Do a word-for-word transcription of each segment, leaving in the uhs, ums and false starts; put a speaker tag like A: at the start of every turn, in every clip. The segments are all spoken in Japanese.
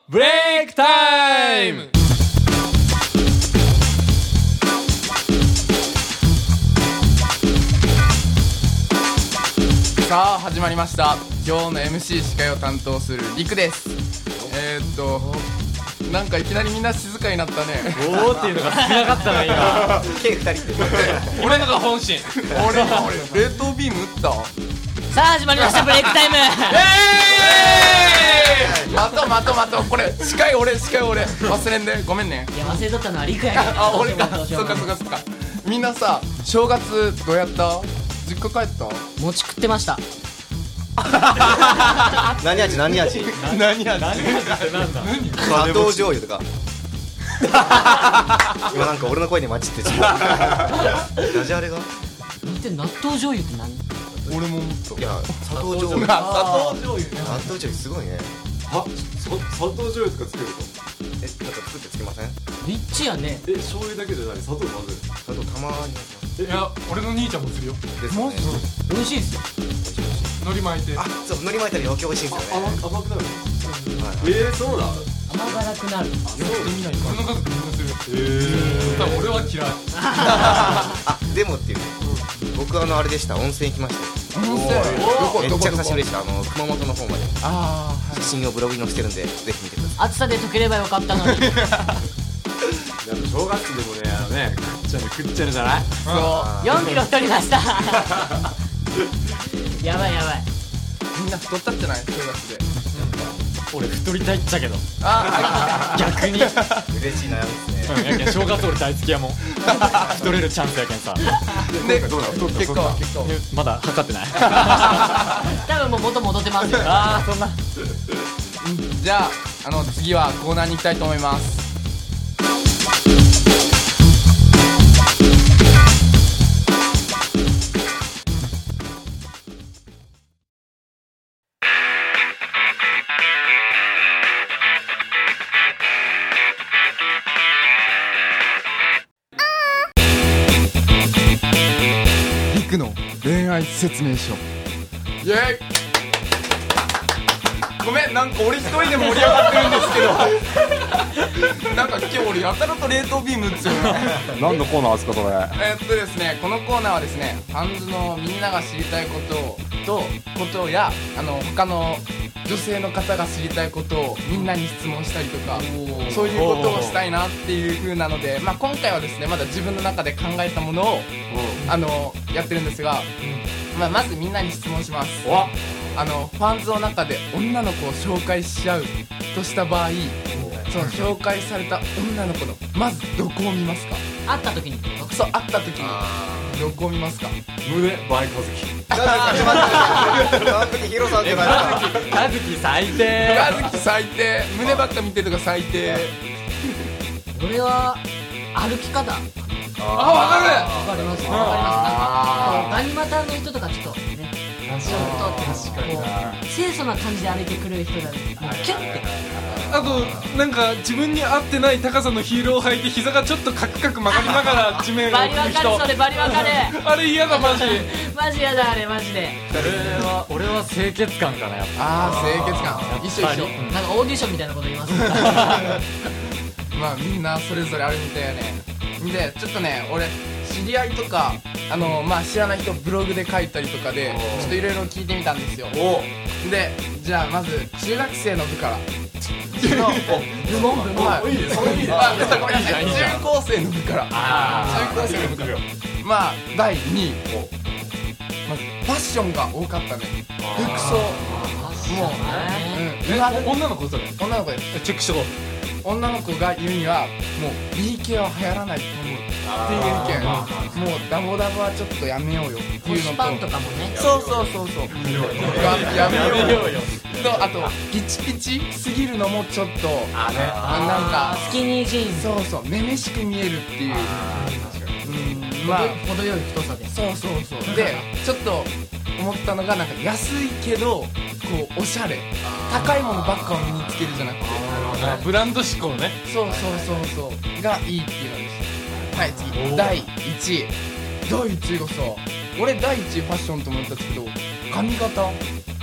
A: ブレイクタイム。
B: さあ始まりました。今日の エムシー 司会を担当するりくです。えーっとなんかいきなりみんな静かになったね。
A: おーっていうのが少なかったな今。
C: 計ふたりって
A: 俺のが本心。
B: 俺俺冷凍ビーム打った。
D: さあ始まりましたブレイクタイム。
B: えー待とう待とう待とう、これ司会俺司会俺忘れんでごめんね。
D: いや忘れとったのはリクやけど。
B: あ俺か、
D: どうしよ
B: そうっかそっかそっか。みんなさ正月どうやった？実家帰った？
D: 餅食ってました。
C: 何味何味
B: 何味？
A: 何ってなんだ。
C: 砂糖醤油とか今なんか俺の声に混じってちょっとダジャレが
D: 似てる。納豆醤油って何？
B: 俺も思った。
C: いや砂糖醤油
B: 砂糖醤油
C: 納豆醤油すごいね。
E: は、砂糖醤油とかつけると
C: え、なんか作ってつけません？
D: リッチやね。
E: え、醤油だけじゃない、砂糖混ぜる
C: 砂糖たまーに
E: え、いや、俺の兄ちゃんもするよ
C: ですよね。
D: 美味しいっすよ。
E: 海苔巻いて
C: あ、そう海苔巻いたら余計美味しいんですよね。
E: 甘くなる
C: はい
E: えー、そうだ
D: 甘辛くなる。
E: そうみんな俺の家族みんなするえー、多分俺は嫌い
C: あ、でもっていうね僕あのあれでした。温泉行きましたよ。
B: 温泉どこ
C: め
B: どこどこ？
C: っちゃ久しぶりでした。あの熊本の方まで
B: あー
C: 写真をブログに載せてるんでぜひ見てください。
D: 暑さで溶ければよかったのに。
E: でも正月でもね、あのね、食っちゃうの食っちゃうのじゃない
B: そ
D: よんキロ太りました。やばいやばい。
B: うみんな太ったんじゃない正月で。
A: 俺太りたいっちゃけど
B: あ
A: 逆に。
C: 嬉しい悩みですね。
A: うんやけん正月俺大好きやもん。太れるチャンスやけんさ。
B: で
E: どうだ太った
B: 結果は結果は
A: まだ測ってない。
D: 多分もう元戻ってますよ。
A: あーそんな。
B: じゃああの次はコーナーに行きたいと思います。リクの恋愛説明書。イエーイ。ごめん、なんか俺一人で盛り上がってるんですけどなんか今日俺やたらと冷凍ビーム打つよね。
E: 何のコーナーですかそれ
B: えっとですねこのコーナーはですねファンズのみんなが知りたいこととことやあの他の女性の方が知りたいことをみんなに質問したりとかそういうことをしたいなっていう風なので、まあ、今回はですねまだ自分の中で考えたものをあのやってるんですが、まあ、まずみんなに質問します。あのファンズの中で女の子を紹介し合うとした場合その紹介された女の子のまずどこを見ますか？
D: 会った時にってこと？
B: そう会った時にどこを見ますか？
E: 胸バイカズキ
C: 完璧ヒロさんじゃないですか。
A: カズキ最低。
B: 和樹最低。胸ばっか見てるとか最低。
D: 俺は歩き方。
B: あ、わかる。
D: わかりますわかります。なんかこうガニ股の人とかちょっとねちょっとこう清楚な感じで歩いてくる人だね。もうキュッて。
F: あとなんか自分に合ってない高さのヒールを履いて膝がちょっとカクカク曲がりながら地面を
D: バリわかる
F: 踏む人。
D: それバリわかる。
F: あれ嫌だマジ。
D: マジやだあれマジで。
A: 俺は俺は清潔感かなやっぱ。
B: ああ清潔感。一緒一緒。
A: うん
D: なんかオーディションみたいなこと言います。
B: まあみんなそれぞれあるみたいやね。でちょっとね俺知り合いとかあのまあ知らない人ブログで書いたりとかでちょっといろいろ聞いてみたんですよ。でじゃあまず中学生の部から。
D: 部門部門。
B: はい、いいですね。あ、ごめんなさい。中高生の部から。
A: あ
B: 中高生の部から。まあだいにい。まずファッションが多かったね。服装。もう、うん、今
F: 女の子それ。
B: 女の子です。
F: チェックしとこ
B: 女の子が言うにはもう ビーケー は流行らないと思うっていう意見。もうダボダボはちょっとやめようよっていうのと。
D: 腰パンとかもね。
B: そうそうそうそう。やめようよ。とあとピチピチすぎるのもちょっとあねなんか
D: スキニージーンズ。
B: そうそうめめしく見えるっていう。うんまあ
D: 程よい太さで。
B: そうそうそうでちょっと思ったのがなんか安いけどこうおしゃれ高いものばっかを身につけるじゃなくて
F: う。ブランド志向ね。
B: そうそうそうそうがいいっていうのです。はい次だいいちいだいいちいがさ俺だいいちいファッションと思ったんですけど髪型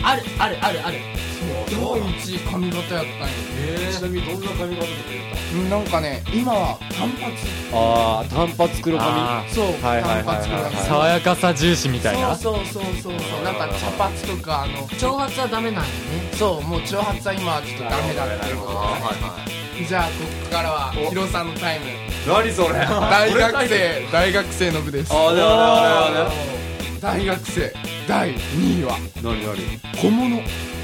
D: あるあるあるある。
B: 第一髪型やったんよ。
E: ちなみにどんな髪型とかやった
B: なんかね今は単発。
E: ああ単発黒髪
A: あ
B: そう
E: はいはいはいはい
B: 単発黒髪。
A: 爽やかさ重視みたいな。
B: そうそうそうそうそう。なんか茶髪とかあの
D: 長髪はダメなんよね。
B: そうもう長髪は今はちょっとダメだっていうこと
C: はい
B: で
C: はい
B: じゃあここからはヒロさんのタイム。
E: 何それ
B: 大学生大学生の部です。
E: あれあれあれあれ
B: 大学生だいにいは
E: 何何
B: 小物。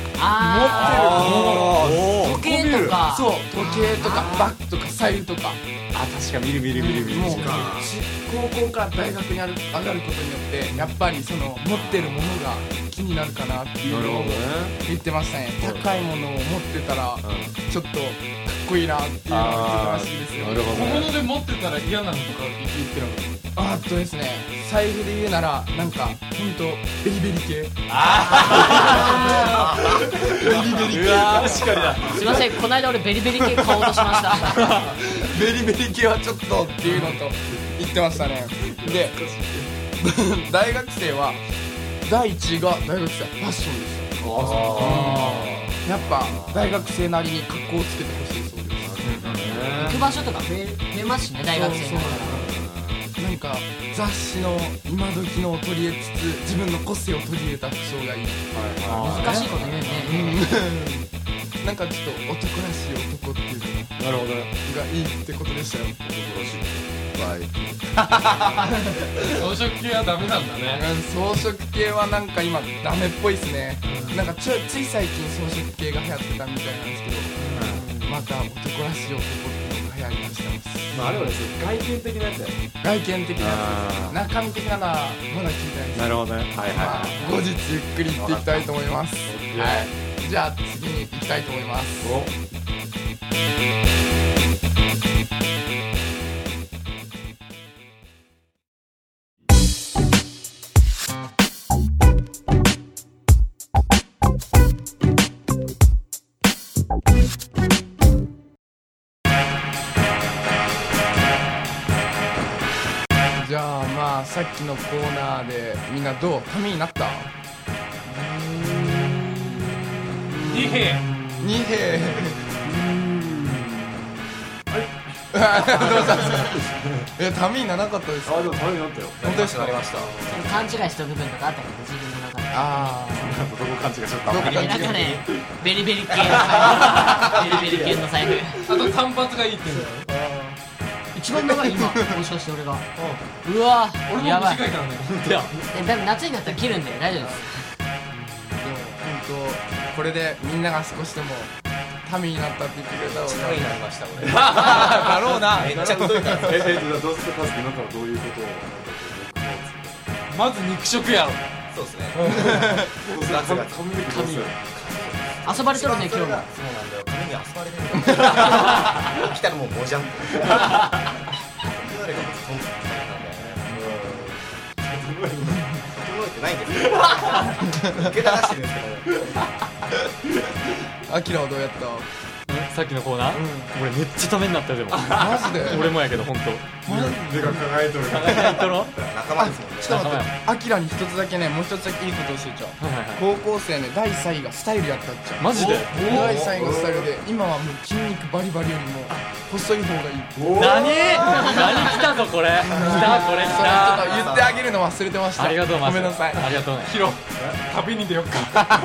D: あ
E: あ
D: ー時計とか。
B: そう時計とかバッグとか財布とか
E: あ確か見る見る見る見る
B: もう高校から大学にある上がることによってやっぱりその持ってるものが気になるかなっていうのを言ってましたね。高いものを持ってたらちょっとかっこいいなっていうのを言ってたらしいですよ。
E: なるほど
F: 小物で持ってたら嫌なのとか言ってなかっ
B: あーっとですね財布で言うならなんかほんとベリベリ系。
A: うわー確かにだ。
D: すいません、この間俺ベリベリ系買おうとしました
B: ベリベリ系はちょっとっていうのと言ってましたね。で大学生はだいいちいが大学生はファッションでした。やっぱ大学生なりに格好をつけてほしいそうです。
D: 行く場所とか増え増えますしね、大学生になったら。
B: なんか雑誌の今時のを取り入れつつ自分の個性を取り入れた服装がいい。
D: 難しいこと言うね。
B: なんかちょっと男らしい男っていうの
E: なるほど
B: がいいってことでしたよ。
F: た。装飾系はダメなんだね。
B: うん装飾系はなんか今ダメっぽいですね。なんかちょつい最近装飾系が流行ってたみたいなんですけど、また男らしい男っていうのが流行りましたます。
E: まああれはですね外見的なやつやね
B: 外見的なやつです。中身的なのはまだ聞いてないです。
E: なるほどねはいはい
B: ま
E: は
B: あ後日ゆっくり行っていきたいと思います。
E: い
B: はいじゃあ次に行きたいと思います。じゃあまあさっきのコーナーでみんなどうためになった？
F: 二兵。
B: に兵どうしたんですか？えためにならなかったですか？
E: あでもためになったよ
B: 本当ですか？
C: なりました。
D: 勘違いした部分とかあったけど、自分の中で。
B: あ
E: どこ勘違いしちゃった
B: どこ
D: えなんかね、ベリベリ系の財布ベリベリ系の財布
F: あと単発がいいって言うんだよ。
D: 一番長い今、もしかして俺がうわ
F: 俺も
D: やばい。
F: 短いからね。
D: えでも夏になったら切るんで大丈夫です。
B: でも本当これでみんなが少しでもためになったって言ってくれたら
C: ためになりました俺。
B: だろうな。
C: めっちゃ太いから。
E: ええじゃあどうするかって今からどういうことを
F: まず肉食やろ。
C: そうですね。
E: ガツガツ髪の毛どうする
D: 遊ばれとるね今日も。
C: そうなんだよ。髪に遊ばれてるんだよ。来たらもうもじゃんって。誰がまず飛んでたんだよね。整えてないんですよ。受け流してるんですけど。
B: アキラはどうやった？
A: さっきのコーナー、俺めっちゃためになったよでも。
B: マジで？
A: 俺もやけど本当。
E: 目が輝いとる
A: イントロ。
C: 仲間ですもんね。
B: ちょっと待って、アキラに一つだけね、もう一つだけいいこと教えちゃう。
A: はいはいはい。
B: 高校生ね、だいさんいがスタイルやったっちゃう。
A: マジで？
B: だいさんいがスタイルで、今はもう筋肉バリバリよりも細い方がいい。
A: 何？何来たぞこれ。来たこれ来
B: それちょっと
A: た。
B: 言ってあげるの忘れてました。
A: ありがとうマジで
B: ごめんなさい。
A: ありがとうね。
F: ヒロ、旅に出よっか。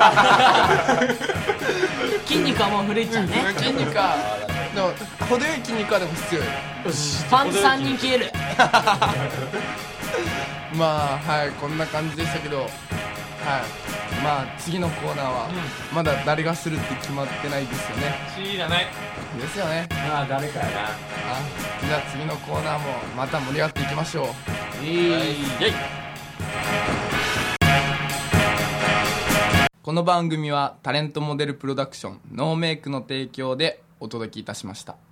D: 筋肉はもう古いっちゃうね。
B: 筋肉は、でも程よい筋肉はでも必要よ。
D: パンツさんにん消える。
B: まあはい、こんな感じでしたけど、はい、まあ次のコーナーはまだ誰がするって決まってないですよね。
F: 知らない。
B: ですよね。
E: まあ誰かやな
B: あじゃあ次のコーナーもまた盛り上がっていきましょう。
A: イエイ。
B: この番組はタレントモデルプロダクションノーメイクの提供でお届けいたしました。